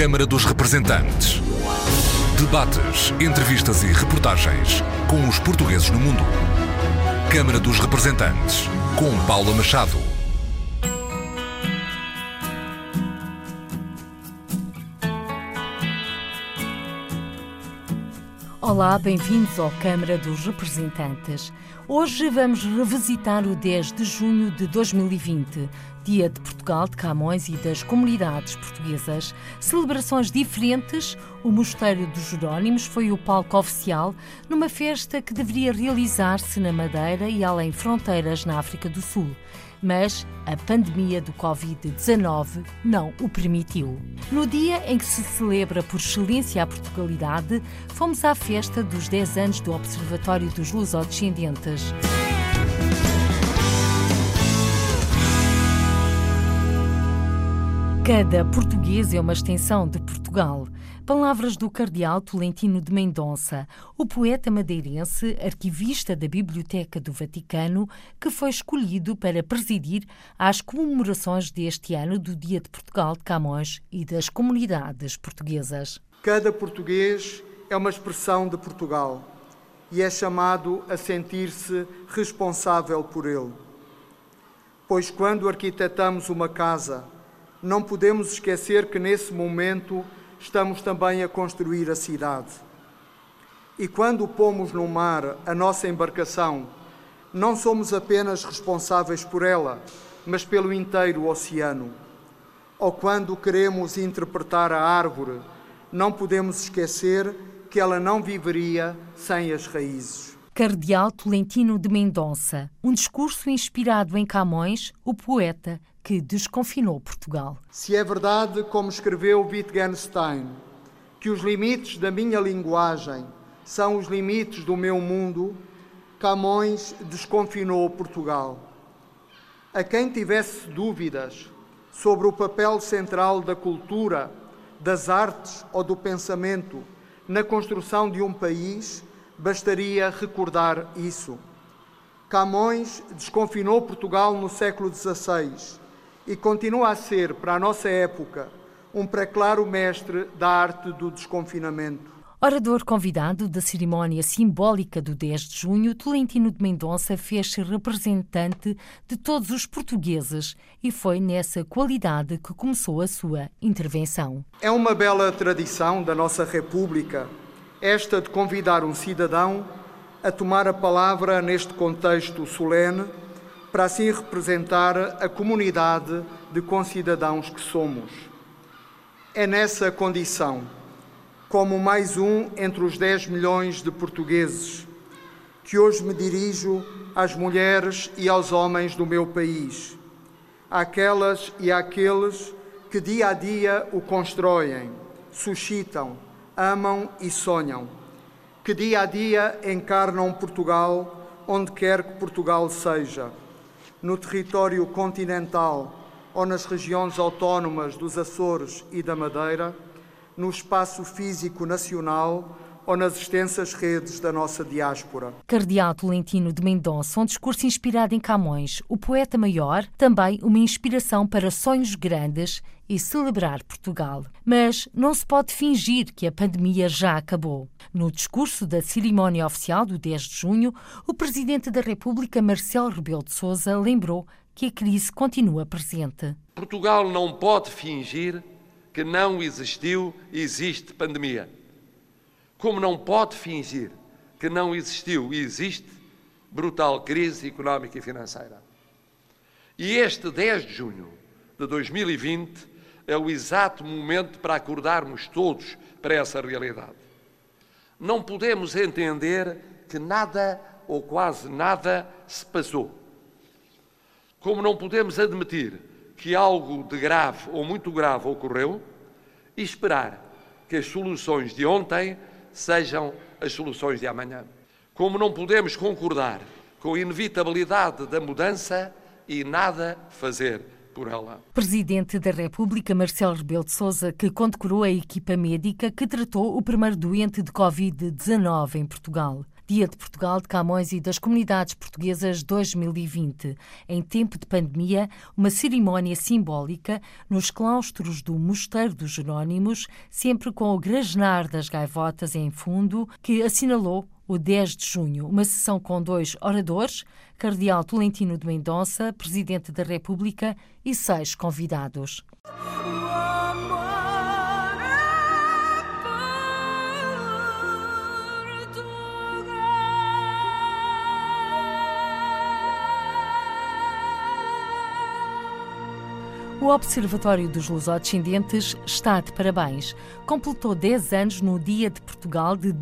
Câmara dos Representantes. Debates, entrevistas e reportagens com os portugueses no mundo. Câmara dos Representantes, com Paula Machado. Olá, bem-vindos ao Câmara dos Representantes. Hoje vamos revisitar o 10 de junho de 2020, Dia de Portugal, de Camões e das comunidades portuguesas. Celebrações diferentes, o Mosteiro dos Jerónimos foi o palco oficial numa festa que deveria realizar-se na Madeira e além fronteiras na África do Sul. Mas a pandemia do Covid-19 não o permitiu. No dia em que se celebra por excelência a Portugalidade, fomos à festa dos 10 anos do Observatório dos Lusodescendentes. Cada português é uma extensão de Portugal. Palavras do cardeal Tolentino de Mendonça, o poeta madeirense, arquivista da Biblioteca do Vaticano, que foi escolhido para presidir às comemorações deste ano do Dia de Portugal, de Camões e das comunidades portuguesas. Cada português é uma expressão de Portugal e é chamado a sentir-se responsável por ele. Pois quando arquitetamos uma casa, não podemos esquecer que nesse momento estamos também a construir a cidade. E quando pomos no mar a nossa embarcação, não somos apenas responsáveis por ela, mas pelo inteiro oceano. Ou quando queremos interpretar a árvore, não podemos esquecer que ela não viveria sem as raízes. Cardeal Tolentino de Mendonça, um discurso inspirado em Camões, o poeta que desconfinou Portugal. Se é verdade, como escreveu Wittgenstein, que os limites da minha linguagem são os limites do meu mundo, Camões desconfinou Portugal. A quem tivesse dúvidas sobre o papel central da cultura, das artes ou do pensamento na construção de um país, bastaria recordar isso. Camões desconfinou Portugal no século XVI e continua a ser, para a nossa época, um preclaro mestre da arte do desconfinamento. Orador convidado da cerimónia simbólica do 10 de junho, Tolentino de Mendonça fez-se representante de todos os portugueses e foi nessa qualidade que começou a sua intervenção. É uma bela tradição da nossa República, esta de convidar um cidadão a tomar a palavra neste contexto solene, para assim representar a comunidade de concidadãos que somos. É nessa condição, como mais um entre os 10 milhões de portugueses, que hoje me dirijo às mulheres e aos homens do meu país, àquelas e àqueles que dia a dia o constroem, suscitam, amam e sonham, que dia a dia encarnam Portugal onde quer que Portugal seja, no território continental ou nas regiões autónomas dos Açores e da Madeira, no espaço físico nacional ou nas extensas redes da nossa diáspora. Cardeal Tolentino de Mendonça, um discurso inspirado em Camões, o poeta maior, também uma inspiração para sonhos grandes e celebrar Portugal. Mas não se pode fingir que a pandemia já acabou. No discurso da cerimónia oficial do 10 de junho, o Presidente da República, Marcelo Rebelo de Sousa, lembrou que a crise continua presente. Portugal não pode fingir que não existiu e existe pandemia. Como não pode fingir que não existiu e existe brutal crise económica e financeira. E este 10 de junho de 2020 é o exato momento para acordarmos todos para essa realidade. Não podemos entender que nada ou quase nada se passou. Como não podemos admitir que algo de grave ou muito grave ocorreu e esperar que as soluções de ontem sejam as soluções de amanhã. Como não podemos concordar com a inevitabilidade da mudança e nada fazer por ela. Presidente da República, Marcelo Rebelo de Sousa, que condecorou a equipa médica que tratou o primeiro doente de Covid-19 em Portugal. Dia de Portugal, de Camões e das Comunidades Portuguesas 2020. Em tempo de pandemia, uma cerimónia simbólica nos claustros do Mosteiro dos Jerónimos, sempre com o grajenar das gaivotas em fundo, que assinalou o 10 de junho, uma sessão com 2 oradores, Cardeal Tolentino de Mendonça, Presidente da República, e 6 convidados. O Observatório dos Lusodescendentes está de parabéns. Completou 10 anos no Dia de Portugal de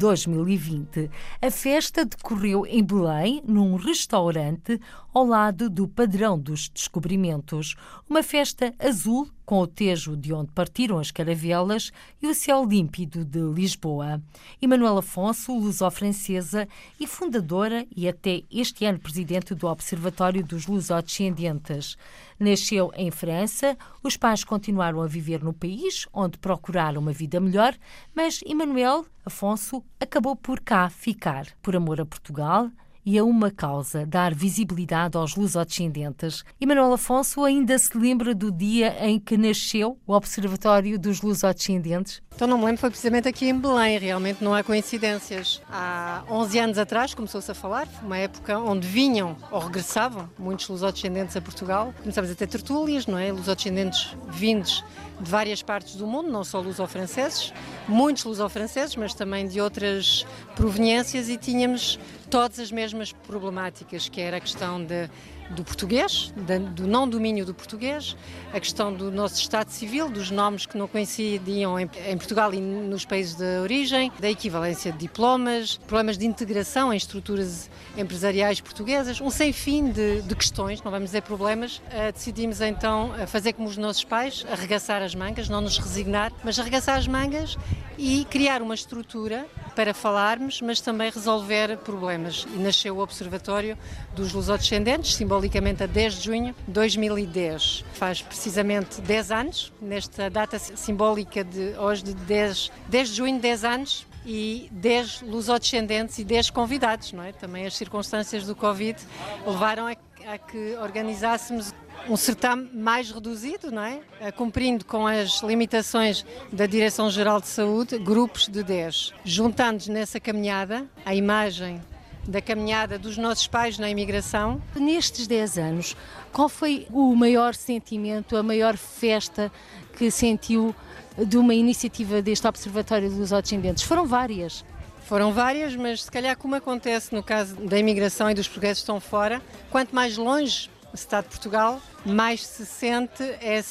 2020. A festa decorreu em Belém, num restaurante ao lado do Padrão dos Descobrimentos. Uma festa azul com o Tejo de onde partiram as caravelas e o céu límpido de Lisboa. Emanuela Afonso, luso-francesa e fundadora e até este ano presidente do Observatório dos Lusodescendentes. Nasceu em França, os pais continuaram a viver no país, onde procuraram uma vida melhor, mas Emanuel Afonso acabou por cá ficar, por amor a Portugal e a uma causa, dar visibilidade aos lusodescendentes. Emanuel Afonso ainda se lembra do dia em que nasceu o Observatório dos Lusodescendentes? Então não me lembro, foi precisamente aqui em Belém, realmente não há coincidências. Há 11 anos atrás começou-se a falar, uma época onde vinham ou regressavam muitos lusodescendentes a Portugal. Começámos a ter tertúlias, não é? Lusodescendentes vindos de várias partes do mundo, não só luso-franceses, muitos luso-franceses, mas também de outras proveniências, e tínhamos todas as mesmas problemáticas, que era a questão do português, do não domínio do português, a questão do nosso estado civil, dos nomes que não coincidiam em Portugal e nos países de origem, da equivalência de diplomas, problemas de integração em estruturas empresariais portuguesas, um sem fim de questões, não vamos dizer problemas. Decidimos então fazer como os nossos pais, arregaçar as mangas, não nos resignar, mas arregaçar as mangas e criar uma estrutura para falarmos, mas também resolver problemas. E nasceu o Observatório dos Lusodescendentes, simbolicamente a 10 de junho de 2010. Faz precisamente 10 anos, nesta data simbólica de hoje, de 10 de junho, 10 anos, e 10 lusodescendentes e 10 convidados, não é? Também as circunstâncias do Covid levaram a que organizássemos um certame mais reduzido, não é? Cumprindo com as limitações da Direção-Geral de Saúde, grupos de 10. Juntando-nos nessa caminhada, a imagem da caminhada dos nossos pais na imigração. Nestes 10 anos, qual foi o maior sentimento, a maior festa que sentiu de uma iniciativa deste Observatório dos Lusodescendentes? Foram várias. Foram várias, mas se calhar como acontece no caso da imigração e dos portugueses que estão fora, quanto mais longe está de Portugal, mais se sente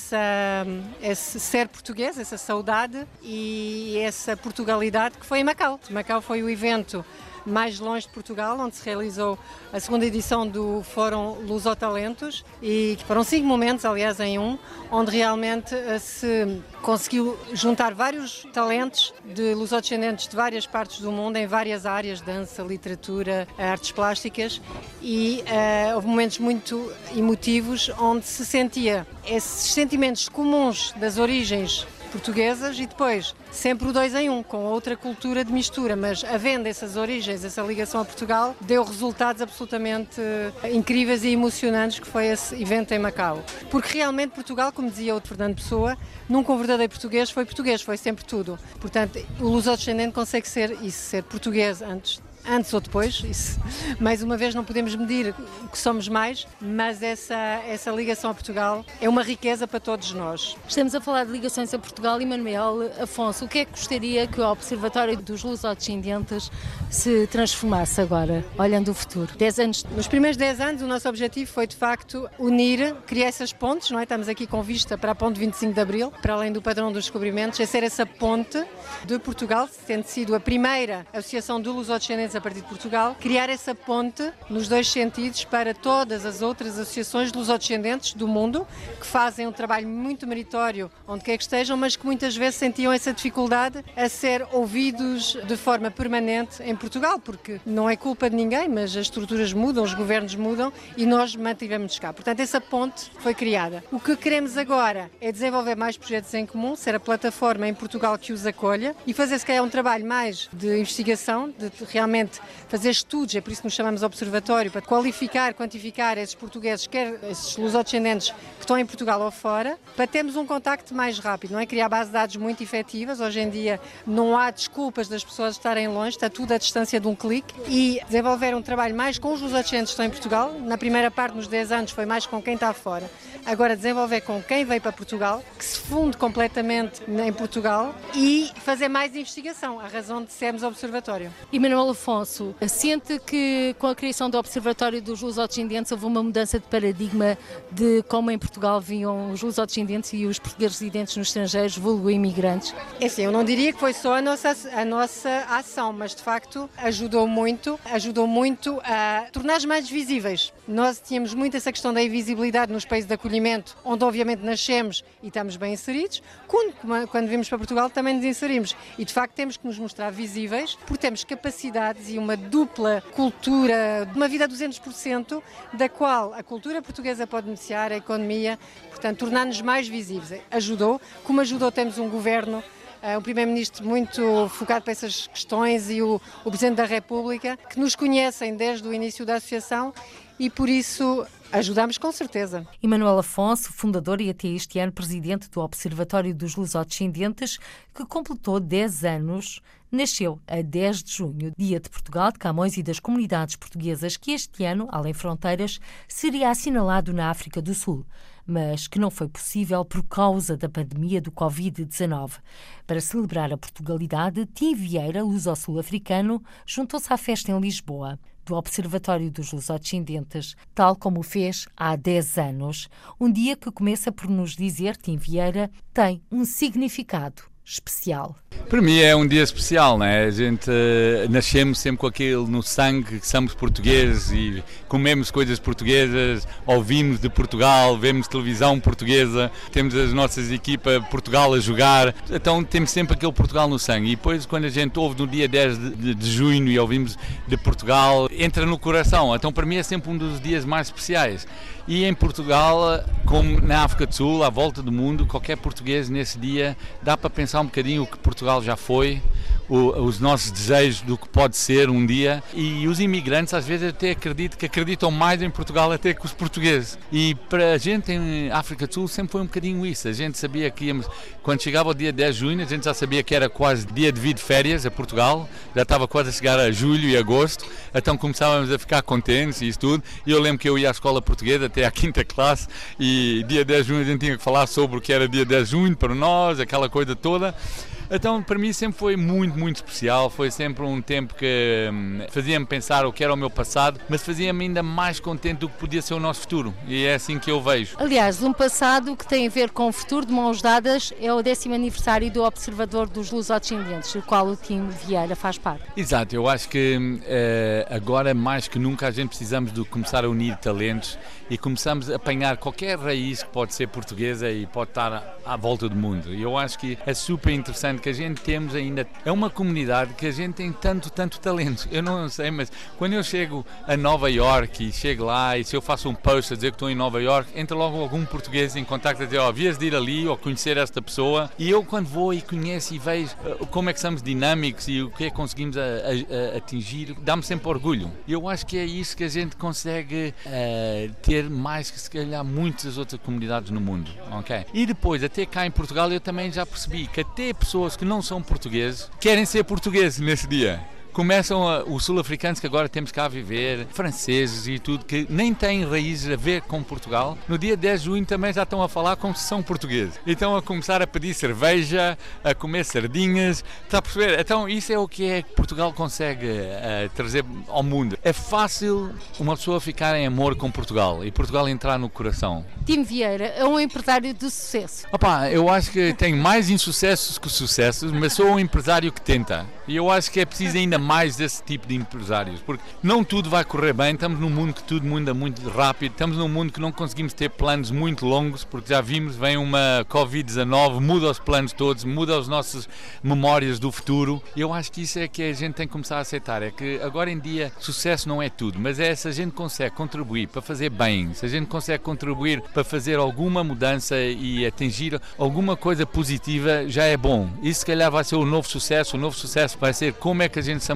esse ser português, essa saudade e essa Portugalidade que foi em Macau. Macau foi o evento mais longe de Portugal, onde se realizou a segunda edição do Fórum Lusotalentos, e foram 5 momentos, aliás, em um, onde realmente se conseguiu juntar vários talentos de lusodescendentes de várias partes do mundo, em várias áreas, dança, literatura, artes plásticas, e houve momentos muito emotivos, onde se sentia esses sentimentos comuns das origens portuguesas e depois sempre o 2 em 1, com outra cultura de mistura, mas havendo essas origens, essa ligação a Portugal, deu resultados absolutamente incríveis e emocionantes, que foi esse evento em Macau. Porque realmente Portugal, como dizia o Fernando Pessoa, nunca um verdadeiro português, foi sempre tudo. Portanto, o lusodescendente consegue ser isso, ser português antes ou depois, isso, mais uma vez não podemos medir o que somos mais, mas essa ligação a Portugal é uma riqueza para todos nós. Estamos a falar de ligações a Portugal. Emanuel Afonso, o que é que gostaria que o Observatório dos Lusodescendentes se transformasse agora, olhando o futuro? 10 anos. Nos primeiros 10 anos o nosso objetivo foi de facto unir, criar essas pontes, não é? Estamos aqui com vista para a ponte 25 de Abril, para além do Padrão dos Descobrimentos, é ser essa ponte de Portugal, tendo sido a primeira associação de lusodescendentes a partir de Portugal, criar essa ponte nos 2 sentidos para todas as outras associações de lusodescendentes do mundo, que fazem um trabalho muito meritório onde quer que estejam, mas que muitas vezes sentiam essa dificuldade a ser ouvidos de forma permanente em Portugal, porque não é culpa de ninguém, mas as estruturas mudam, os governos mudam e nós mantivemos-nos cá. Portanto, essa ponte foi criada. O que queremos agora é desenvolver mais projetos em comum, ser a plataforma em Portugal que os acolha e fazer, se calhar, um trabalho mais de investigação, de realmente efetivamente fazer estudos, é por isso que nos chamamos observatório, para qualificar, quantificar esses portugueses, quer esses lusodescendentes que estão em Portugal ou fora, para termos um contacto mais rápido, não é? Criar bases de dados muito efetivas. Hoje em dia não há desculpas das pessoas estarem longe, está tudo à distância de um clique, e desenvolver um trabalho mais com os lusodescendentes que estão em Portugal. Na primeira parte, nos 10 anos, foi mais com quem está fora. Agora desenvolver com quem veio para Portugal, que se funde completamente em Portugal, e fazer mais investigação, a razão de sermos observatório. E Manuel Afonso, sente que com a criação do Observatório dos Lusodescendentes houve uma mudança de paradigma de como em Portugal viam os lusodescendentes e os portugueses residentes nos estrangeiros, vulgo imigrantes? É assim, eu não diria que foi só a nossa ação, mas de facto ajudou muito a tornar-nos mais visíveis. Nós tínhamos muito essa questão da invisibilidade nos países de acolhimento, onde obviamente nascemos e estamos bem inseridos. Quando vimos para Portugal também nos inserimos, e de facto temos que nos mostrar visíveis, porque temos capacidades e uma dupla cultura, uma vida a 200%, da qual a cultura portuguesa pode beneficiar, a economia, portanto tornar-nos mais visíveis. Ajudou, como ajudou temos um governo, um primeiro-ministro muito focado para essas questões, e o Presidente da República, que nos conhecem desde o início da associação, e por isso ajudamos com certeza. E Manuel Afonso, fundador e até este ano presidente do Observatório dos Lusodescendentes, que completou 10 anos, nasceu a 10 de junho, Dia de Portugal, de Camões e das comunidades portuguesas, que este ano, além fronteiras, seria assinalado na África do Sul, mas que não foi possível por causa da pandemia do Covid-19. Para celebrar a Portugalidade, Tim Vieira, luso-sul-africano, juntou-se à festa em Lisboa, do Observatório dos Lusodescendentes, tal como o fez há 10 anos. Um dia que começa por nos dizer, Tim Vieira, tem um significado especial. Para mim é um dia especial, não é? A gente nascemos sempre com aquilo no sangue, que somos portugueses e comemos coisas portuguesas, ouvimos de Portugal, vemos televisão portuguesa, temos as nossas equipas Portugal a jogar, então temos sempre aquele Portugal no sangue. E depois quando a gente ouve no dia 10 de junho e ouvimos de Portugal, entra no coração. Então para mim é sempre um dos dias mais especiais. E em Portugal, como na África do Sul, à volta do mundo, qualquer português nesse dia dá para pensar um bocadinho o que Portugal já foi, os nossos desejos do que pode ser um dia. E os imigrantes às vezes até acreditam mais em Portugal até que os portugueses. E para a gente em África do Sul sempre foi um bocadinho isso. A gente sabia que íamos, quando chegava o dia 10 de junho, a gente já sabia que era quase dia de vir de férias a Portugal, já estava quase a chegar a julho e agosto, então começávamos a ficar contentes e isso tudo. E eu lembro que eu ia à escola portuguesa até à 5ª classe e dia 10 de junho a gente tinha que falar sobre o que era dia 10 de junho para nós, aquela coisa toda. Então, para mim sempre foi muito, muito especial, foi sempre um tempo que fazia-me pensar o que era o meu passado, mas fazia-me ainda mais contente do que podia ser o nosso futuro, e é assim que eu vejo. Aliás, um passado que tem a ver com o futuro, de mãos dadas, é o 10º aniversário do Observador dos Lusodescendentes, do qual o Tim Vieira faz parte. Exato, eu acho que agora mais que nunca a gente precisamos de começar a unir talentos e começamos a apanhar qualquer raiz que pode ser portuguesa e pode estar à volta do mundo. E eu acho que é super interessante que a gente temos ainda, é uma comunidade que a gente tem tanto talento. Eu não sei, mas quando eu chego a Nova York e chego lá e se eu faço um post a dizer que estou em Nova York, entra logo algum português em contacto a dizer, havias de ir ali ou conhecer esta pessoa. E eu quando vou e conheço e vejo como é que somos dinâmicos e o que é que conseguimos atingir, dá-me sempre orgulho. E eu acho que é isso que a gente consegue ter mais que se calhar muitas outras comunidades no mundo, ok? E depois, até cá em Portugal, eu também já percebi que até pessoas que não são portugueses querem ser portugueses nesse dia. Começam os sul-africanos que agora temos cá a viver, franceses e tudo, que nem têm raízes a ver com Portugal. No dia 10 de junho também já estão a falar como se são portugueses. Então a começar a pedir cerveja, a comer sardinhas, está a perceber? Então isso é o que é que Portugal consegue trazer ao mundo. É fácil uma pessoa ficar em amor com Portugal e Portugal entrar no coração. Tim Vieira é um empresário de sucesso. Opa, eu acho que tenho mais insucessos que sucessos, mas sou um empresário que tenta. E eu acho que é preciso ainda mais desse tipo de empresários, porque não tudo vai correr bem, estamos num mundo que tudo muda muito rápido, estamos num mundo que não conseguimos ter planos muito longos, porque já vimos, vem uma Covid-19, muda os planos todos, muda as nossas memórias do futuro. E eu acho que isso é que a gente tem que começar a aceitar, é que agora em dia sucesso não é tudo, mas é se a gente consegue contribuir para fazer bem, se a gente consegue contribuir para fazer alguma mudança e atingir alguma coisa positiva, já é bom. Isso se calhar vai ser o novo sucesso vai ser como é que a gente somos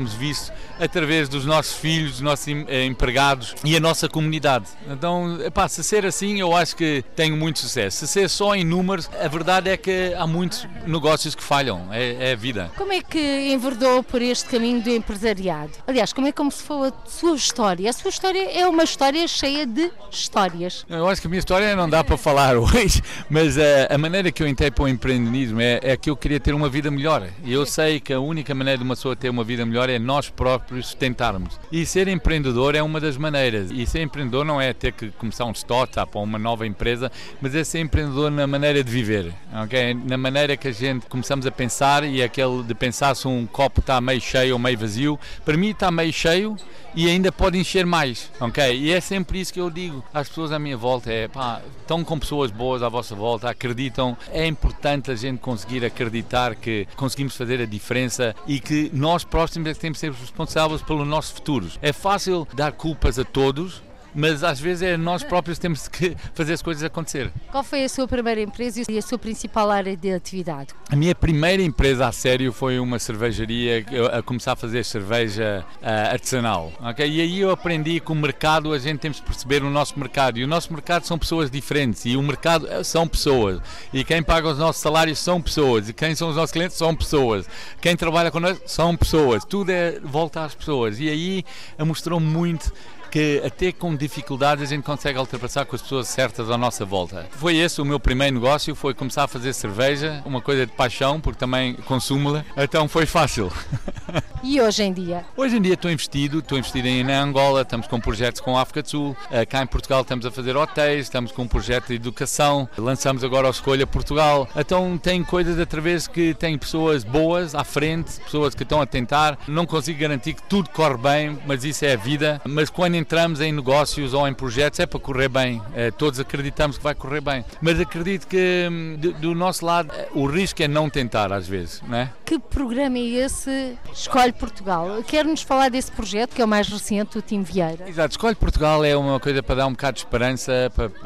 somos vistos através dos nossos filhos, dos nossos empregados e a nossa comunidade. Então, se ser assim, eu acho que tenho muito sucesso. Se ser só em números, a verdade é que há muitos negócios que falham, é a vida. Como é que enverdou por este caminho do empresariado? Aliás, como se for a sua história? A sua história é uma história cheia de histórias. Eu acho que a minha história não dá para falar hoje, mas a maneira que eu entrei para o empreendedorismo é que eu queria ter uma vida melhor. E eu sei que a única maneira de uma pessoa ter uma vida melhor é nós próprios tentarmos. E ser empreendedor é uma das maneiras. E ser empreendedor não é ter que começar um startup ou uma nova empresa, mas é ser empreendedor na maneira de viver, okay? Na maneira que a gente começamos a pensar, e aquele de pensar se um copo está meio cheio ou meio vazio. Para mim está meio cheio e ainda pode encher mais, ok? E é sempre isso que eu digo às pessoas à minha volta, estão com pessoas boas à vossa volta, acreditam. É importante a gente conseguir acreditar que conseguimos fazer a diferença e que nós próximos é que temos de ser responsáveis pelo nosso futuro. É fácil dar culpas a todos, mas às vezes é nós próprios que temos que fazer as coisas acontecer. Qual foi a sua primeira empresa e a sua principal área de atividade? A minha primeira empresa a sério foi uma cervejaria, a começar a fazer cerveja artesanal. Okay? E aí eu aprendi que o mercado, a gente temos de perceber o nosso mercado. E o nosso mercado são pessoas diferentes. E o mercado são pessoas. E quem paga os nossos salários são pessoas. E quem são os nossos clientes são pessoas. Quem trabalha connosco são pessoas. Tudo volta às pessoas. E aí mostrou muito que até com dificuldades a gente consegue ultrapassar com as pessoas certas à nossa volta. Foi esse o meu primeiro negócio, foi começar a fazer cerveja, uma coisa de paixão, porque também consumo-la, então foi fácil. E hoje em dia? Hoje em dia estou investido em Angola, estamos com projetos com a África do Sul, cá em Portugal estamos a fazer hotéis, estamos com um projeto de educação, lançamos agora o Escolha Portugal, então tem coisas através que tem pessoas boas à frente, pessoas que estão a tentar, não consigo garantir que tudo corre bem, mas isso é a vida, mas quando entramos em negócios ou em projetos é para correr bem, todos acreditamos que vai correr bem, mas acredito que do nosso lado o risco é não tentar às vezes, não é? Que programa é esse Escolhe Portugal? Quer-nos falar desse projeto que é o mais recente, o Tim Vieira? Exato, Escolhe Portugal é uma coisa para dar um bocado de esperança,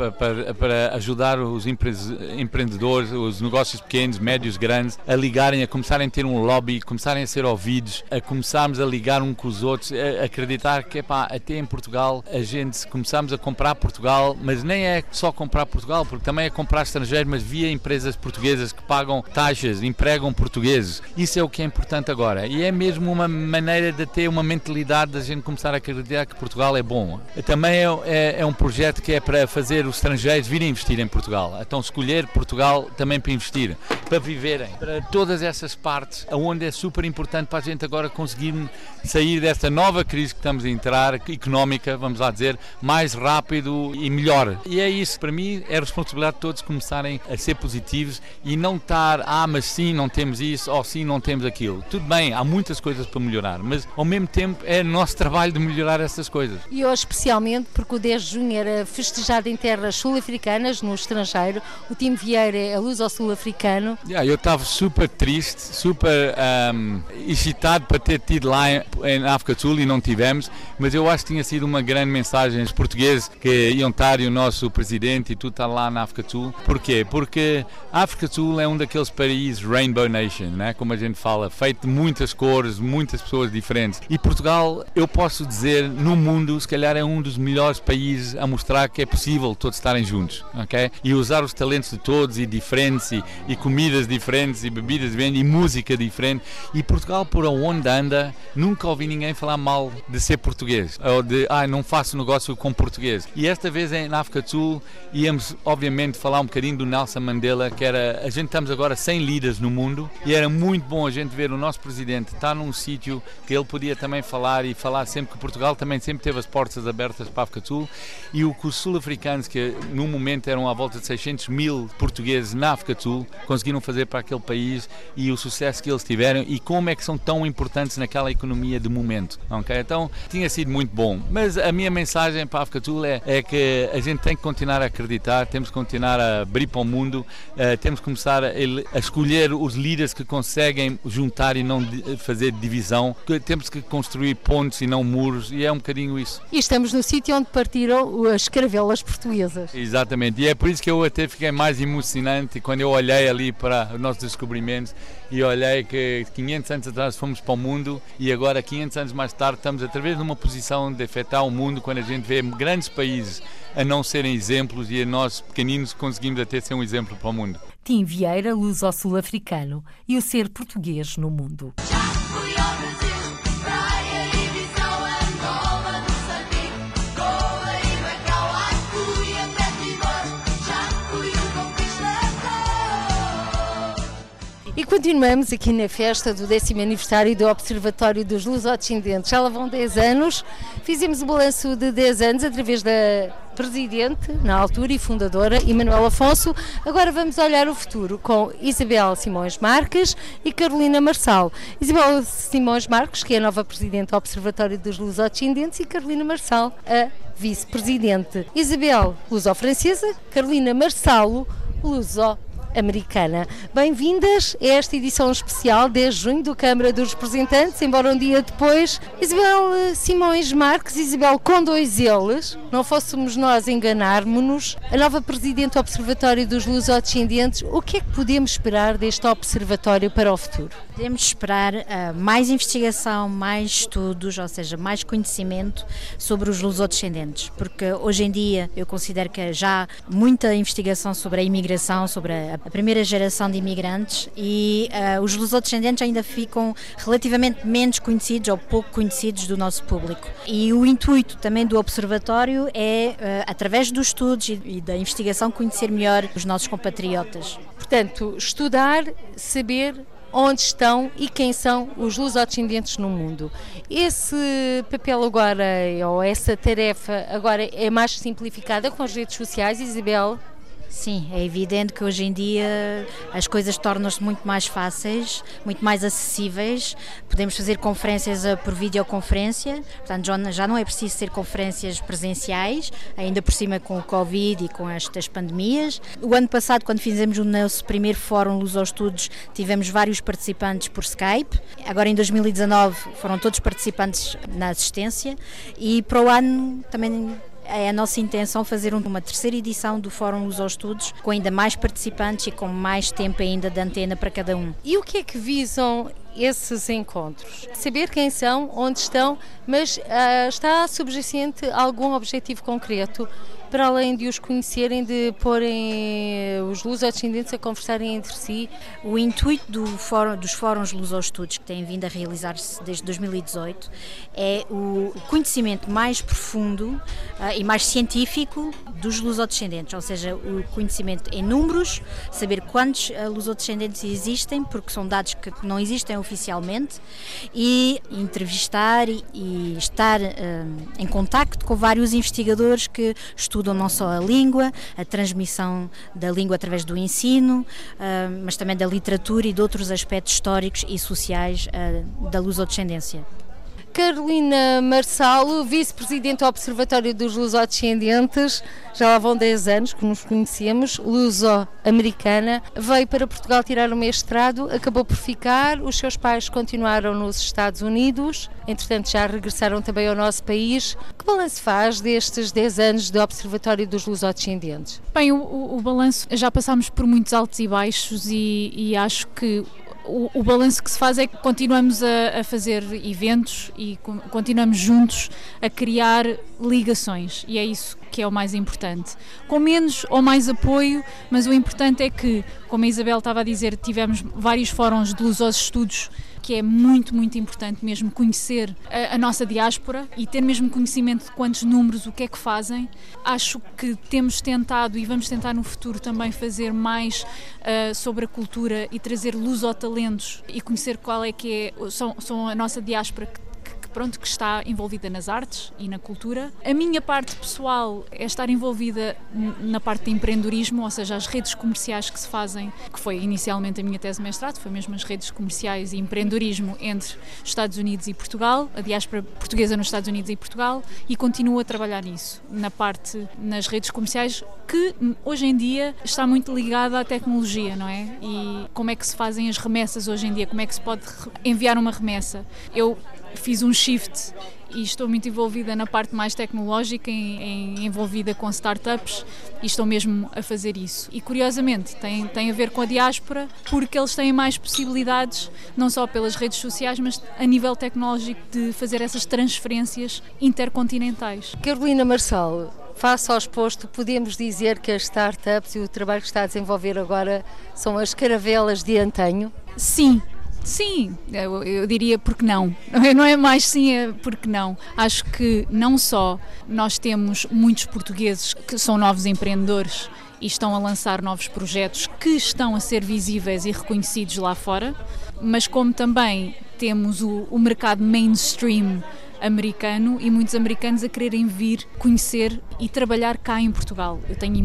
para ajudar os empreendedores, os negócios pequenos, médios, grandes, a ligarem, a começarem a ter um lobby, começarem a ser ouvidos, a começarmos a ligar um com os outros, a acreditar que até em Portugal a gente começamos a comprar Portugal, mas nem é só comprar Portugal, porque também é comprar estrangeiro, mas via empresas portuguesas que pagam taxas, empregam portugueses. Isso é o que é importante agora. E é mesmo uma maneira de ter uma mentalidade da gente começar a acreditar que Portugal é bom. Também é um projeto que é para fazer os estrangeiros virem investir em Portugal. Então escolher Portugal também para investir, para viverem, para todas essas partes, onde é super importante para a gente agora conseguir sair desta nova crise que estamos a entrar, económica, vamos lá dizer, mais rápido e melhor. E é isso, para mim, é a responsabilidade de todos começarem a ser positivos e não estar, mas sim, não temos isso, ou sim, não temos aquilo. Tudo bem, há muitas coisas para melhorar, mas ao mesmo tempo é nosso trabalho de melhorar essas coisas. E hoje, especialmente, porque o 10 de junho era festejado em terras sul-africanas, no estrangeiro, o Tim Vieira é a luz ao sul-africano. Eu estava super triste, super excitado para ter tido lá em África do Sul e não tivemos, mas eu acho que tinha sido uma grande mensagem aos portugueses que iam estar, e o nosso presidente e tudo está lá na África do Sul. Porquê? Porque a África do Sul é um daqueles países Rainbow Nation, né? Como a gente fala, feito de muitas cores, muitas pessoas diferentes. E Portugal, eu posso dizer, no mundo, se calhar é um dos melhores países a mostrar que é possível todos estarem juntos, ok? E usar os talentos de todos e diferentes, e comidas diferentes, e bebidas diferentes, e música diferente. E Portugal, por onde anda, nunca ouvi ninguém falar mal de ser português, ou de, não faço negócio com português. E esta vez na África do Sul íamos, obviamente, falar um bocadinho do Nelson Mandela, que era, a gente estamos agora 100 líderes no mundo, e era muito bom a gente ver o nosso presidente estar num sítio que ele podia também falar, e falar sempre que Portugal também sempre teve as portas abertas para a África do Sul, e o que os sul-africanos, que no momento eram à volta de 600 mil portugueses na África do Sul, conseguiram fazer para aquele país, e o sucesso que eles tiveram, e como é que são tão importantes naquela economia de momento, ok? Então, tinha sido muito bom. Mas a minha mensagem para a África do Sul é que a gente tem que continuar a acreditar, temos que continuar a abrir para o mundo, temos que começar a escolher os líderes que conseguem juntar e não fazer divisão, que temos que construir pontes e não muros, e é um bocadinho isso. E estamos no sítio onde partiram as caravelas portuguesas. Exatamente, e é por isso que eu até fiquei mais emocionante quando eu olhei ali para os nossos descobrimentos e olhei que 500 anos atrás fomos para o mundo e agora 500 anos mais tarde estamos através de uma posição de afetar o mundo quando a gente vê grandes países a não serem exemplos e a nós pequeninos conseguimos até ser um exemplo para o mundo. Tim Vieira, luso-sul-africano e o ser português no mundo. E continuamos aqui na festa do 10º aniversário do Observatório dos Lusodescendentes. Já lá vão 10 anos, fizemos o balanço de 10 anos através da presidente, na altura, e fundadora, Emanuela Afonso. Agora vamos olhar o futuro com Isabel Simões Marques e Carolina Marçal. Isabel Simões Marques, que é a nova presidente do Observatório dos Lusodescendentes, e Carolina Marçal, a vice-presidente. Isabel, luso-francesa, Carolina Marçalo, luso-americana. Bem-vindas a esta edição especial 10 de junho do Câmara dos Representantes, embora um dia depois. Isabel Simões Marques, Isabel com 2 L's, não fôssemos nós enganarmos-nos, a nova Presidente do Observatório dos Lusodescendentes, o que é que podemos esperar deste Observatório para o futuro? Podemos esperar mais investigação, mais estudos, ou seja, mais conhecimento sobre os lusodescendentes, porque hoje em dia eu considero que já há muita investigação sobre a imigração, sobre a primeira geração de imigrantes e os lusodescendentes ainda ficam relativamente menos conhecidos ou pouco conhecidos do nosso público. E o intuito também do Observatório é, através dos estudos e da investigação, conhecer melhor os nossos compatriotas. Portanto, estudar, saber onde estão e quem são os lusodescendentes no mundo. Esse papel agora, ou essa tarefa agora é mais simplificada com as redes sociais, Isabel? Sim, é evidente que hoje em dia as coisas tornam-se muito mais fáceis, muito mais acessíveis. Podemos fazer conferências por videoconferência, portanto já não é preciso ter conferências presenciais, ainda por cima com o Covid e com estas pandemias. O ano passado, quando fizemos o nosso primeiro Fórum Lusoestudos, tivemos vários participantes por Skype. Agora em 2019 foram todos participantes na assistência e para o ano também é a nossa intenção fazer uma terceira edição do Fórum Lusoestudos com ainda mais participantes e com mais tempo ainda de antena para cada um. E o que é que visam esses encontros? Saber quem são, onde estão, mas está subjacente a algum objetivo concreto para além de os conhecerem, de porem os lusodescendentes a conversarem entre si? O intuito dos fóruns Lusoestudos, que têm vindo a realizar-se desde 2018, é o conhecimento mais profundo e mais científico dos lusodescendentes, ou seja, o conhecimento em números, saber quantos lusodescendentes existem, porque são dados que não existem oficialmente, e entrevistar e estar em contacto com vários investigadores que estudam não só a língua, a transmissão da língua através do ensino, mas também da literatura e de outros aspectos históricos e sociais da lusodescendência. Carolina Marçalo, vice-presidente do Observatório dos Lusodescendentes, já lá vão 10 anos que nos conhecemos, luso-americana, veio para Portugal tirar o mestrado, acabou por ficar, os seus pais continuaram nos Estados Unidos, entretanto já regressaram também ao nosso país. Que balanço faz destes 10 anos do Observatório dos Lusodescendentes? Bem, o balanço, já passámos por muitos altos e baixos e acho que o balanço que se faz é que continuamos a fazer eventos e continuamos juntos a criar ligações, e é isso que é o mais importante. Com menos ou mais apoio, mas o importante é que, como a Isabel estava a dizer, tivemos vários fóruns de Lusoestudos, que é muito, muito importante mesmo conhecer a nossa diáspora e ter mesmo conhecimento de quantos números, o que é que fazem. Acho que temos tentado e vamos tentar no futuro também fazer mais sobre a cultura e trazer lusotalentos e conhecer qual é que são a nossa diáspora que pronto, que está envolvida nas artes e na cultura. A minha parte pessoal é estar envolvida na parte de empreendedorismo, ou seja, as redes comerciais que se fazem, que foi inicialmente a minha tese de mestrado, foi mesmo as redes comerciais e empreendedorismo entre Estados Unidos e Portugal, a diáspora portuguesa nos Estados Unidos e Portugal, e continuo a trabalhar nisso, nas redes comerciais, que hoje em dia está muito ligada à tecnologia, não é? E como é que se fazem as remessas hoje em dia, como é que se pode enviar uma remessa. Eu fiz um shift e estou muito envolvida na parte mais tecnológica, envolvida com startups, e estou mesmo a fazer isso. E curiosamente tem a ver com a diáspora, porque eles têm mais possibilidades, não só pelas redes sociais, mas a nível tecnológico, de fazer essas transferências intercontinentais. Carolina Marçal, face ao exposto, podemos dizer que as startups e o trabalho que está a desenvolver agora são as caravelas de antanho? Sim, eu diria porque não. Não é mais sim, é porque não. Acho que não só nós temos muitos portugueses que são novos empreendedores e estão a lançar novos projetos que estão a ser visíveis e reconhecidos lá fora, mas como também temos o mercado mainstream americano e muitos americanos a quererem vir conhecer e trabalhar cá em Portugal.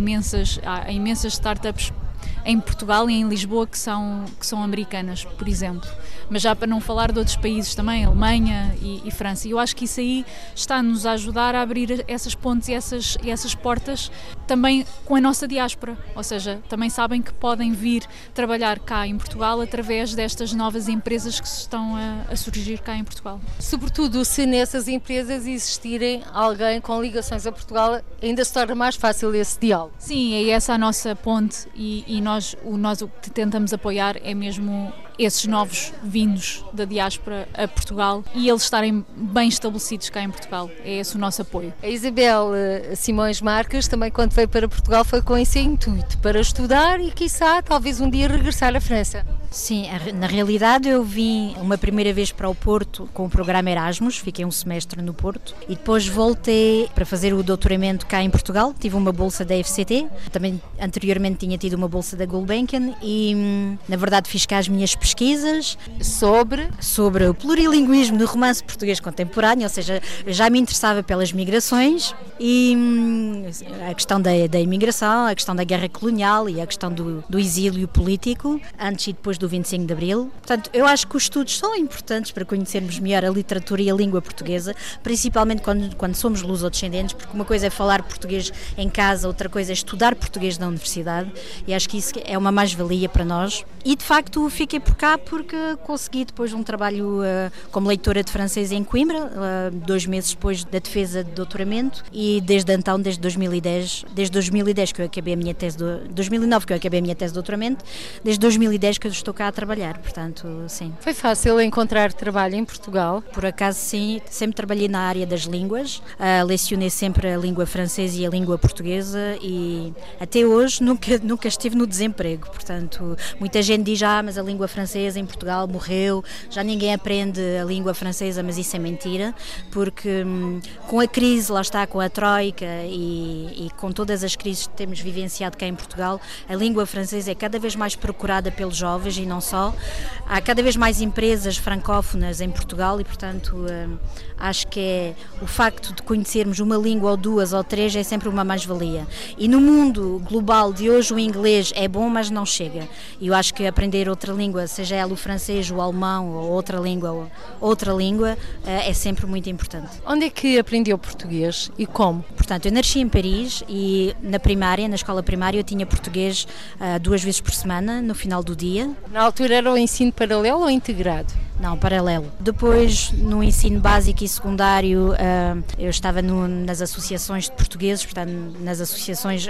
Há imensas startups em Portugal e em Lisboa que são americanas, por exemplo. Mas já para não falar de outros países também, Alemanha e França. E eu acho que isso aí está-nos a ajudar a abrir essas pontes e essas portas também com a nossa diáspora. Ou seja, também sabem que podem vir trabalhar cá em Portugal através destas novas empresas que estão a surgir cá em Portugal. Sobretudo se nessas empresas existirem alguém com ligações a Portugal, ainda se torna mais fácil esse diálogo. Sim, é essa a nossa ponte e nós o que tentamos apoiar é mesmo esses novos vindos da diáspora a Portugal e eles estarem bem estabelecidos cá em Portugal. É esse o nosso apoio. A Isabel Simões Marques também, quando veio para Portugal, foi com esse intuito para estudar e, quiçá, talvez um dia regressar à França. Sim, na realidade eu vim uma primeira vez para o Porto com o programa Erasmus, fiquei um semestre no Porto e depois voltei para fazer o doutoramento cá em Portugal, tive uma bolsa da FCT, também anteriormente tinha tido uma bolsa da Gulbenkian e na verdade fiz cá as minhas pesquisas sobre o plurilinguismo no romance português contemporâneo, ou seja, já me interessava pelas migrações e a questão da imigração, a questão da guerra colonial e a questão do exílio político, antes e depois do 25 de Abril. Portanto, eu acho que os estudos são importantes para conhecermos melhor a literatura e a língua portuguesa, principalmente quando somos lusodescendentes, porque uma coisa é falar português em casa, outra coisa é estudar português na universidade, e acho que isso é uma mais-valia para nós. E, de facto, fiquei por cá porque consegui depois um trabalho como leitora de francês em Coimbra, 2 meses depois da defesa de doutoramento, e desde então, desde 2010 que eu acabei a minha tese, 2009 que eu acabei a minha tese de doutoramento, desde 2010 que eu estou cá a trabalhar, portanto, sim. Foi fácil encontrar trabalho em Portugal? Por acaso, sim, sempre trabalhei na área das línguas, lecionei sempre a língua francesa e a língua portuguesa e até hoje nunca estive no desemprego, portanto, muita gente diz, mas a língua francesa em Portugal morreu, já ninguém aprende a língua francesa, mas isso é mentira, porque com a crise, lá está, com a Troika e com todas as crises que temos vivenciado cá em Portugal, a língua francesa é cada vez mais procurada pelos jovens e não só. Há cada vez mais empresas francófonas em Portugal e, portanto, acho que é o facto de conhecermos uma língua ou 2 ou 3 é sempre uma mais-valia. E no mundo global de hoje o inglês é bom, mas não chega. E eu acho que aprender outra língua, seja ela o francês, o alemão ou outra língua, é sempre muito importante. Onde é que aprendeu português e como? Portanto, eu nasci em Paris e na escola primária eu tinha português 2 vezes por semana, no final do dia. Na altura era o ensino paralelo ou integrado? Não, paralelo. Depois, no ensino básico e secundário, eu estava nas associações de portugueses, portanto, nas associações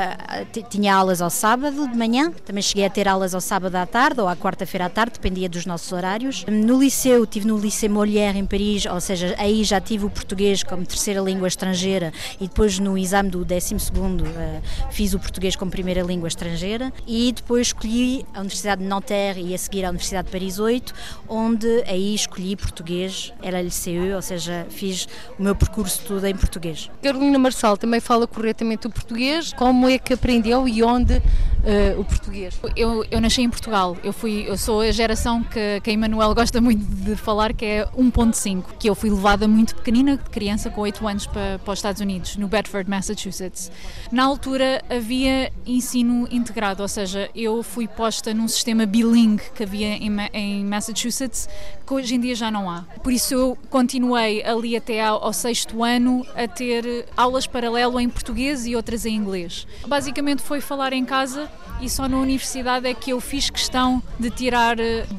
tinha aulas ao sábado de manhã, também cheguei a ter aulas ao sábado à tarde ou à quarta-feira à tarde, dependia dos nossos horários. No liceu, estive no Lycée Molière em Paris, ou seja, aí já tive o português como terceira língua estrangeira e depois no exame do 12º fiz o português como primeira língua estrangeira e depois escolhi a Universidade de Nanterre e a seguir a Universidade de Paris 8, onde onde aí escolhi português, era LCE, ou seja, fiz o meu percurso todo em português. Carolina Marçal também fala corretamente o português. Como é que aprendeu e onde o português? Eu nasci em Portugal. Eu sou a geração que a Emanuel gosta muito de falar, que é 1.5, que eu fui levada muito pequenina, de criança, com 8 anos para os Estados Unidos, no Bedford, Massachusetts. Na altura havia ensino integrado, ou seja, eu fui posta num sistema bilingue que havia em Massachusetts, que hoje em dia já não há. Por isso eu continuei ali até ao 6º ano a ter aulas paralelo em português e outras em inglês. Basicamente foi falar em casa, e só na universidade é que eu fiz questão de tirar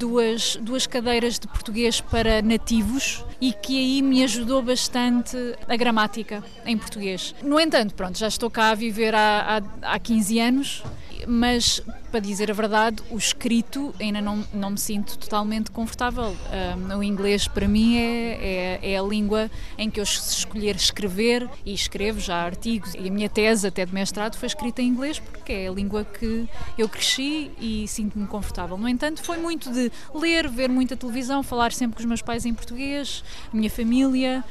duas cadeiras de português para nativos, e que aí me ajudou bastante a gramática em português. No entanto, pronto, já estou cá a viver há 15 anos, mas, para dizer a verdade, o escrito ainda não me sinto totalmente confortável. O inglês, para mim, é a língua em que eu, se escolher escrever, e escrevo já artigos, e a minha tese até de mestrado foi escrita em inglês, porque é a língua que eu cresci e sinto-me confortável. No entanto, foi muito de ler, ver muita televisão, falar sempre com os meus pais em português, a minha família,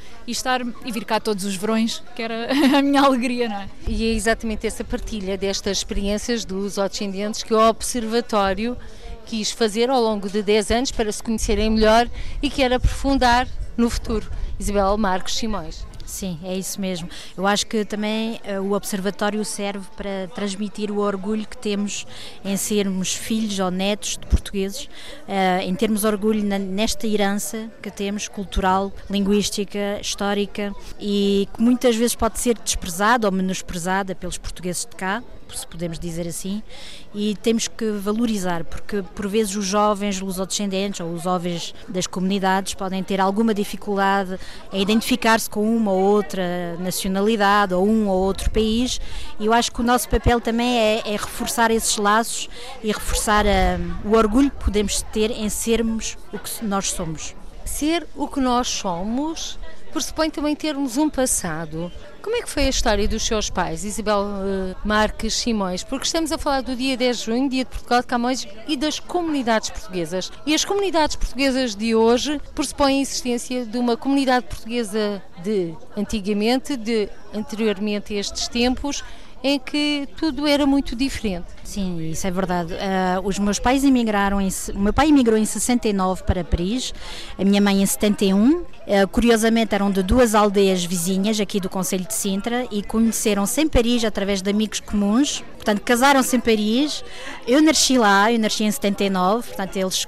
e vir cá todos os verões, que era a minha alegria, não é? E é exatamente essa partilha destas experiências dos lusodescendentes que o Observatório quis fazer ao longo de 10 anos para se conhecerem melhor e quer aprofundar no futuro. Isabel Marques Simões. Sim, é isso mesmo. Eu acho que também o Observatório serve para transmitir o orgulho que temos em sermos filhos ou netos de portugueses, em termos orgulho nesta herança que temos, cultural, linguística, histórica, e que muitas vezes pode ser desprezada ou menosprezada pelos portugueses de cá, se podemos dizer assim, e temos que valorizar, porque por vezes os jovens lusodescendentes ou os jovens das comunidades podem ter alguma dificuldade em identificar-se com uma ou outra nacionalidade ou um ou outro país, e eu acho que o nosso papel também é reforçar esses laços e reforçar o orgulho que podemos ter em sermos o que nós somos. Ser o que nós somos pressupõe também termos um passado. Como é que foi a história dos seus pais, Isabel Marques Simões? Porque estamos a falar do dia 10 de junho, dia de Portugal de Camões, e das comunidades portuguesas. E as comunidades portuguesas de hoje pressupõem a existência de uma comunidade portuguesa de antigamente, de anteriormente a estes tempos, em que tudo era muito diferente. Sim, isso é verdade. Os meus pais emigraram, o meu pai emigrou em 69 para Paris, a minha mãe em 71. Curiosamente eram de 2 aldeias vizinhas aqui do concelho de Sintra e conheceram-se em Paris através de amigos comuns. Portanto, casaram-se em Paris. Eu nasci lá, eu nasci em 79, portanto eles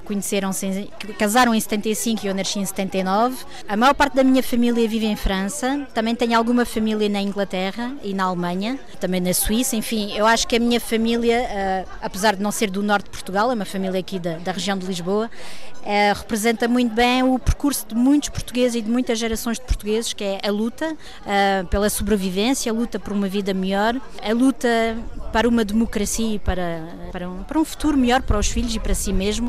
casaram em 75 e eu nasci em 79. A maior parte da minha família vive em França, também tenho alguma família na Inglaterra e na Alemanha, também na Suíça. Enfim, eu acho que a minha família, apesar de não ser do norte de Portugal, é uma família aqui da região de Lisboa, representa muito bem o percurso de muitos portugueses e de muitas gerações de portugueses, que é a luta pela sobrevivência, a luta por uma vida melhor, a luta para uma democracia e para um futuro melhor para os filhos e para si mesmo.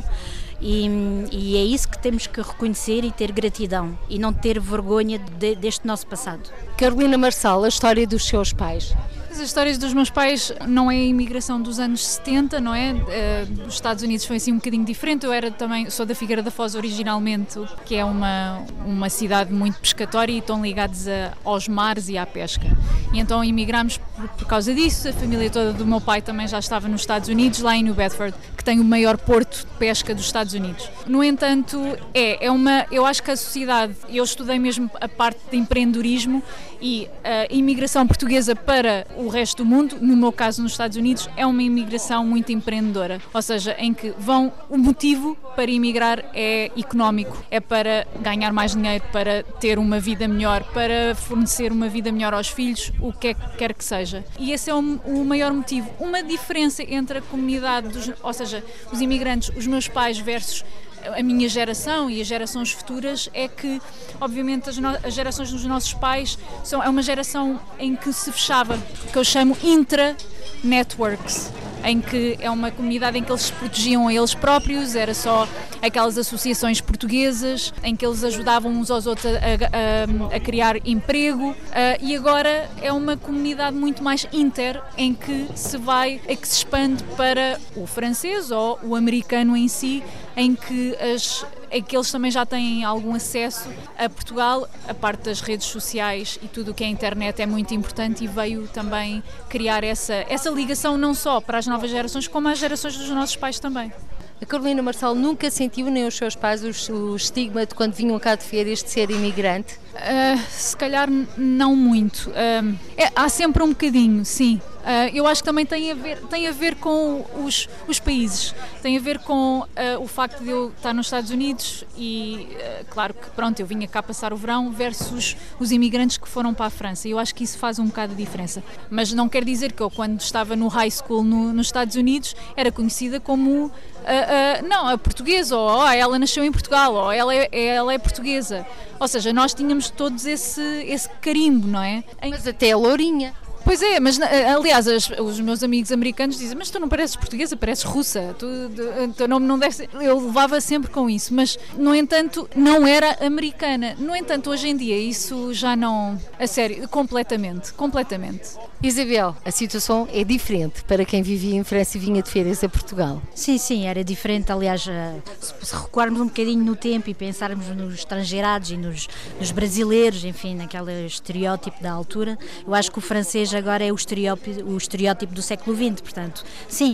E é isso que temos que reconhecer e ter gratidão e não ter vergonha deste nosso passado. Carolina Marçal, a história dos seus pais. As histórias dos meus pais não é a imigração dos anos 70, não é? Os Estados Unidos foi assim um bocadinho diferente. Sou da Figueira da Foz originalmente, que é uma cidade muito pescatória e estão ligados aos mares e à pesca. E então imigramos por causa disso. A família toda do meu pai também já estava nos Estados Unidos, lá em New Bedford, que tem o maior porto de pesca dos Estados Unidos. No entanto, eu acho que a sociedade, eu estudei mesmo a parte de empreendedorismo, e a imigração portuguesa para o resto do mundo, no meu caso nos Estados Unidos, é uma imigração muito empreendedora, ou seja, em que o motivo para emigrar é económico, é para ganhar mais dinheiro, para ter uma vida melhor, para fornecer uma vida melhor aos filhos, o que quer que seja. E esse é o maior motivo. Uma diferença entre a comunidade, ou seja, os imigrantes, os meus pais versus a minha geração e as gerações futuras, é que, obviamente, as gerações dos nossos pais é uma geração em que se fechava, que eu chamo intra-networks, em que é uma comunidade em que eles se protegiam a eles próprios, era só aquelas associações portuguesas em que eles ajudavam uns aos outros a criar emprego, e agora é uma comunidade muito mais inter, em que se expande para o francês ou o americano em si, em que a é que eles também já têm algum acesso a Portugal. A parte das redes sociais e tudo o que é internet é muito importante e veio também criar essa ligação não só para as novas gerações, como às gerações dos nossos pais também. A Carolina Marçal nunca sentiu, nem os seus pais, o estigma de quando vinham cá de férias de ser imigrante? Se calhar não muito. Há sempre um bocadinho, sim. Eu acho que também tem a ver com os países, tem a ver com o facto de eu estar nos Estados Unidos e, claro que pronto, eu vinha cá passar o verão versus os imigrantes que foram para a França. Eu acho que isso faz um bocado de diferença. Mas não quer dizer que eu, quando estava no high school nos Estados Unidos, era conhecida como a portuguesa, ou ela nasceu em Portugal, ou ela é portuguesa. Ou seja, nós tínhamos todos esse carimbo, não é? Mas até a lourinha. Pois é, mas aliás os meus amigos americanos dizem, mas tu não pareces portuguesa, pareces russa, teu nome não deve ser... Eu levava sempre com isso, mas no entanto não era americana. No entanto, hoje em dia isso já não... A sério, completamente. Isabel, a situação é diferente para quem vivia em França e vinha de férias a Portugal. Sim, era diferente. Aliás, se recuarmos um bocadinho no tempo e pensarmos nos estrangeirados e nos brasileiros, enfim, naquele estereótipo da altura, eu acho que o francês agora é o estereótipo do século XX, portanto, sim,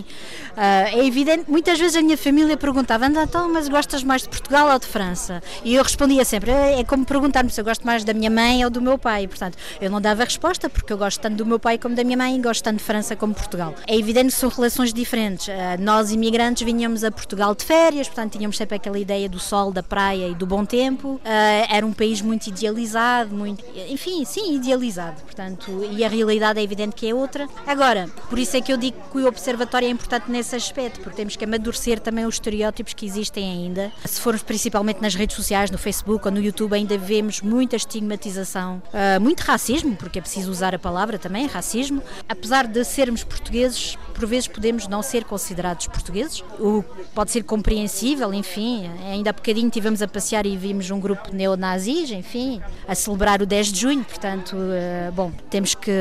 é evidente. Muitas vezes a minha família perguntava, então, mas gostas mais de Portugal ou de França? E eu respondia sempre, é como perguntar-me se eu gosto mais da minha mãe ou do meu pai, portanto, eu não dava resposta porque eu gosto tanto do meu pai como da minha mãe e gosto tanto de França como de Portugal. É evidente que são relações diferentes. Nós, imigrantes, vinhamos a Portugal de férias, portanto, tínhamos sempre aquela ideia do sol, da praia e do bom tempo. Era um país muito idealizado, idealizado, portanto, e a realidade é evidente que é outra. Agora, por isso é que eu digo que o Observatório é importante nesse aspecto, porque temos que amadurecer também os estereótipos que existem ainda. Se formos principalmente nas redes sociais, no Facebook ou no YouTube, ainda vemos muita estigmatização, muito racismo, porque é preciso usar a palavra também, racismo. Apesar de sermos portugueses, por vezes podemos não ser considerados portugueses, o que pode ser compreensível, enfim. Ainda há bocadinho estivemos a passear e vimos um grupo de neonazis, enfim, a celebrar o 10 de junho, portanto, temos que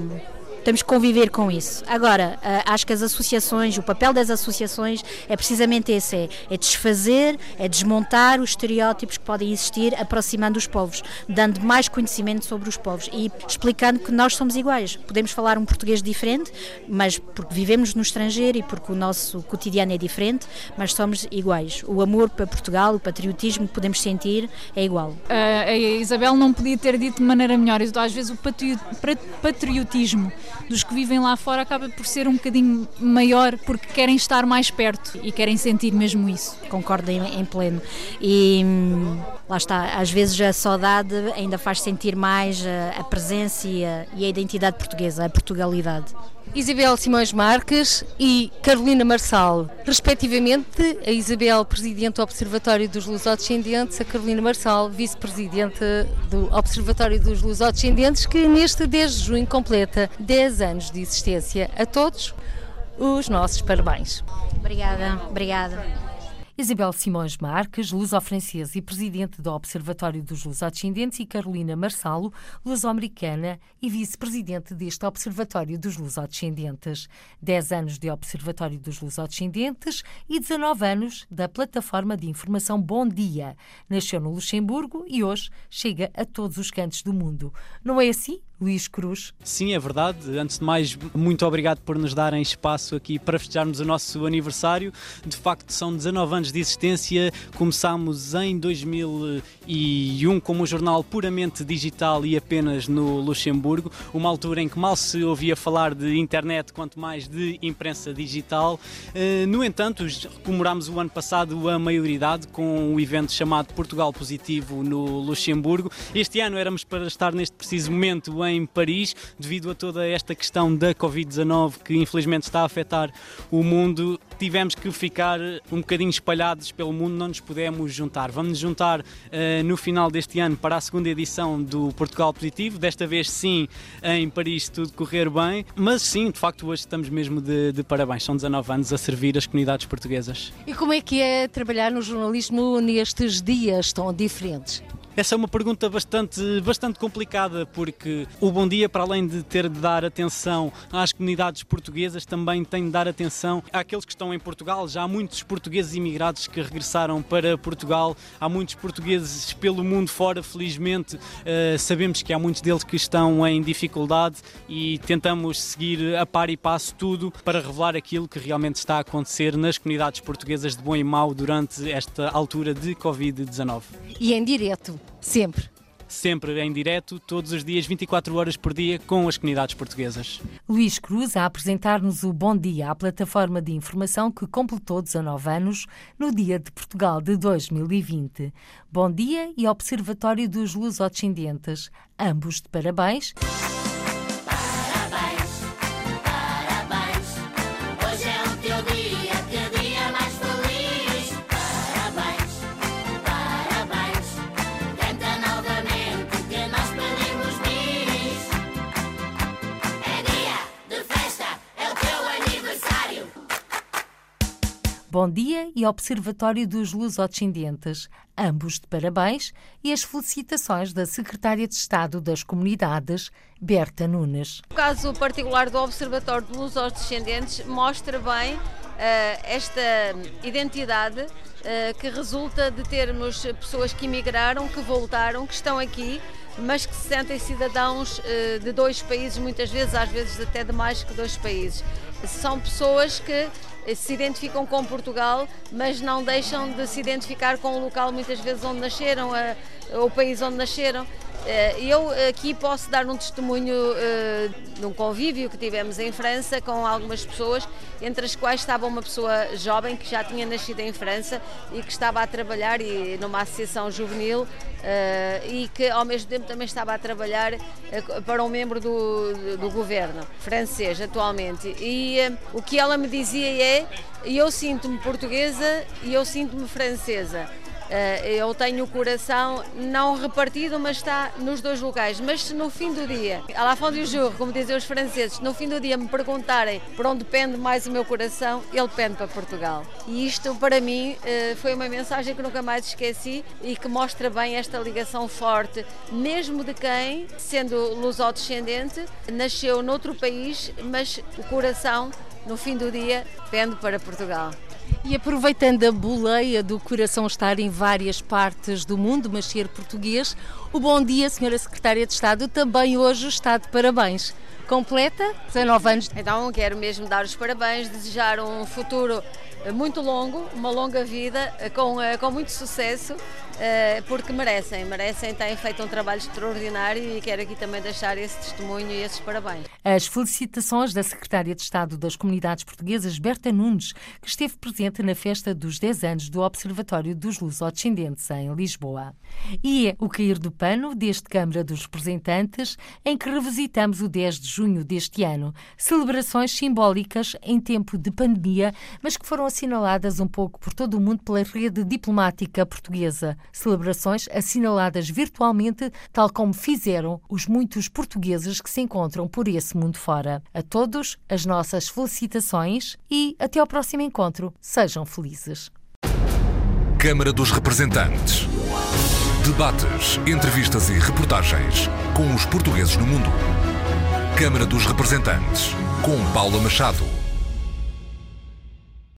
conviver com isso. Agora, acho que as associações, o papel das associações é precisamente esse, é desfazer, é desmontar os estereótipos que podem existir, aproximando os povos, dando mais conhecimento sobre os povos e explicando que nós somos iguais. Podemos falar um português diferente, mas porque vivemos no estrangeiro e porque o nosso cotidiano é diferente, mas somos iguais. O amor para Portugal, o patriotismo que podemos sentir é igual. A Isabel não podia ter dito de maneira melhor. Às vezes o patriotismo dos que vivem lá fora acaba por ser um bocadinho maior porque querem estar mais perto e querem sentir mesmo isso. Concordo em pleno. E lá está, às vezes a saudade ainda faz sentir mais a presença e a identidade portuguesa, a Portugalidade. Isabel Simões Marques e Carolina Marçal, respectivamente, a Isabel, Presidente do Observatório dos Lusodescendentes, a Carolina Marçal, Vice-Presidente do Observatório dos Lusodescendentes, que neste 10 de junho completa 10 anos de existência. A todos, os nossos parabéns. Obrigada. Isabel Simões Marques, luso-francesa e presidente do Observatório dos Lusodescendentes, e Carolina Marçalo, luso-americana e vice-presidente deste Observatório dos Lusodescendentes. 10 anos de Observatório dos Lusodescendentes e 19 anos da plataforma de informação Bom Dia. Nasceu no Luxemburgo e hoje chega a todos os cantos do mundo. Não é assim, Luís Cruz? Sim, é verdade. Antes de mais, muito obrigado por nos darem espaço aqui para festejarmos o nosso aniversário. De facto, são 19 anos de existência. Começámos em 2001 como um jornal puramente digital e apenas no Luxemburgo, uma altura em que mal se ouvia falar de internet, quanto mais de imprensa digital. No entanto, comemorámos o ano passado a maioridade com um evento chamado Portugal Positivo no Luxemburgo. Este ano éramos para estar neste preciso momento em Paris, devido a toda esta questão da Covid-19 que infelizmente está a afetar o mundo. Tivemos que ficar um bocadinho espalhados pelo mundo, não nos pudemos juntar. Vamos nos juntar no final deste ano para a segunda edição do Portugal Positivo, desta vez sim em Paris, se tudo correr bem, mas sim, de facto hoje estamos mesmo de parabéns, são 19 anos a servir as comunidades portuguesas. E como é que é trabalhar no jornalismo nestes dias tão diferentes? Essa é uma pergunta bastante complicada, porque o Bom Dia, para além de ter de dar atenção às comunidades portuguesas, também tem de dar atenção àqueles que estão em Portugal. Já há muitos portugueses imigrados que regressaram para Portugal, há muitos portugueses pelo mundo fora, felizmente. Sabemos que há muitos deles que estão em dificuldade e tentamos seguir a par e passo tudo para revelar aquilo que realmente está a acontecer nas comunidades portuguesas de bom e mau durante esta altura de Covid-19. E em direto, sempre. Sempre em direto, todos os dias, 24 horas por dia, com as comunidades portuguesas. Luís Cruz a apresentar-nos o Bom Dia, a plataforma de informação que completou 19 anos no Dia de Portugal de 2020. Bom Dia e Observatório dos Lusodescendentes, ambos de parabéns. Bom Dia e Observatório dos Lusodescendentes, ambos de parabéns, e as felicitações da Secretária de Estado das Comunidades, Berta Nunes. O caso particular do Observatório dos Lusodescendentes mostra bem esta identidade que resulta de termos pessoas que emigraram, que voltaram, que estão aqui, mas que se sentem cidadãos de dois países, muitas vezes, às vezes até de mais que dois países. São pessoas que se identificam com Portugal, mas não deixam de se identificar com o local, muitas vezes, onde nasceram, o país onde nasceram. Eu aqui posso dar um testemunho de um convívio que tivemos em França com algumas pessoas, entre as quais estava uma pessoa jovem que já tinha nascido em França e que estava a trabalhar numa associação juvenil e que ao mesmo tempo também estava a trabalhar para um membro do governo francês atualmente. E o que ela me dizia é: eu sinto-me portuguesa e eu sinto-me francesa. Eu tenho o coração não repartido, mas está nos dois locais. Mas se no fim do dia, à la fin du jour, como dizem os franceses, no fim do dia me perguntarem para onde pende mais o meu coração, ele pende para Portugal. E isto, para mim, foi uma mensagem que nunca mais esqueci e que mostra bem esta ligação forte, mesmo de quem, sendo lusodescendente, nasceu noutro país, mas o coração, no fim do dia, pende para Portugal. E aproveitando a boleia do coração estar em várias partes do mundo, mas ser português, o Bom Dia, Sra. Secretária de Estado, também hoje está de parabéns. Completa 19 anos. Então quero mesmo dar os parabéns, desejar um futuro muito longo, uma longa vida, com muito sucesso, porque merecem, têm feito um trabalho extraordinário e quero aqui também deixar esse testemunho e esses parabéns. As felicitações da Secretária de Estado das Comunidades Portuguesas, Berta Nunes, que esteve presente na festa dos 10 anos do Observatório dos Lusodescendentes em Lisboa. E é o cair do pano deste Câmara dos Representantes, em que revisitamos o 10 de junho deste ano, celebrações simbólicas em tempo de pandemia, mas que foram assinaladas um pouco por todo o mundo pela rede diplomática portuguesa. Celebrações assinaladas virtualmente, tal como fizeram os muitos portugueses que se encontram por esse mundo fora. A todos, as nossas felicitações e até ao próximo encontro. Sejam felizes. Câmara dos Representantes. Debates, entrevistas e reportagens com os portugueses no mundo. Câmara dos Representantes, com Paula Machado.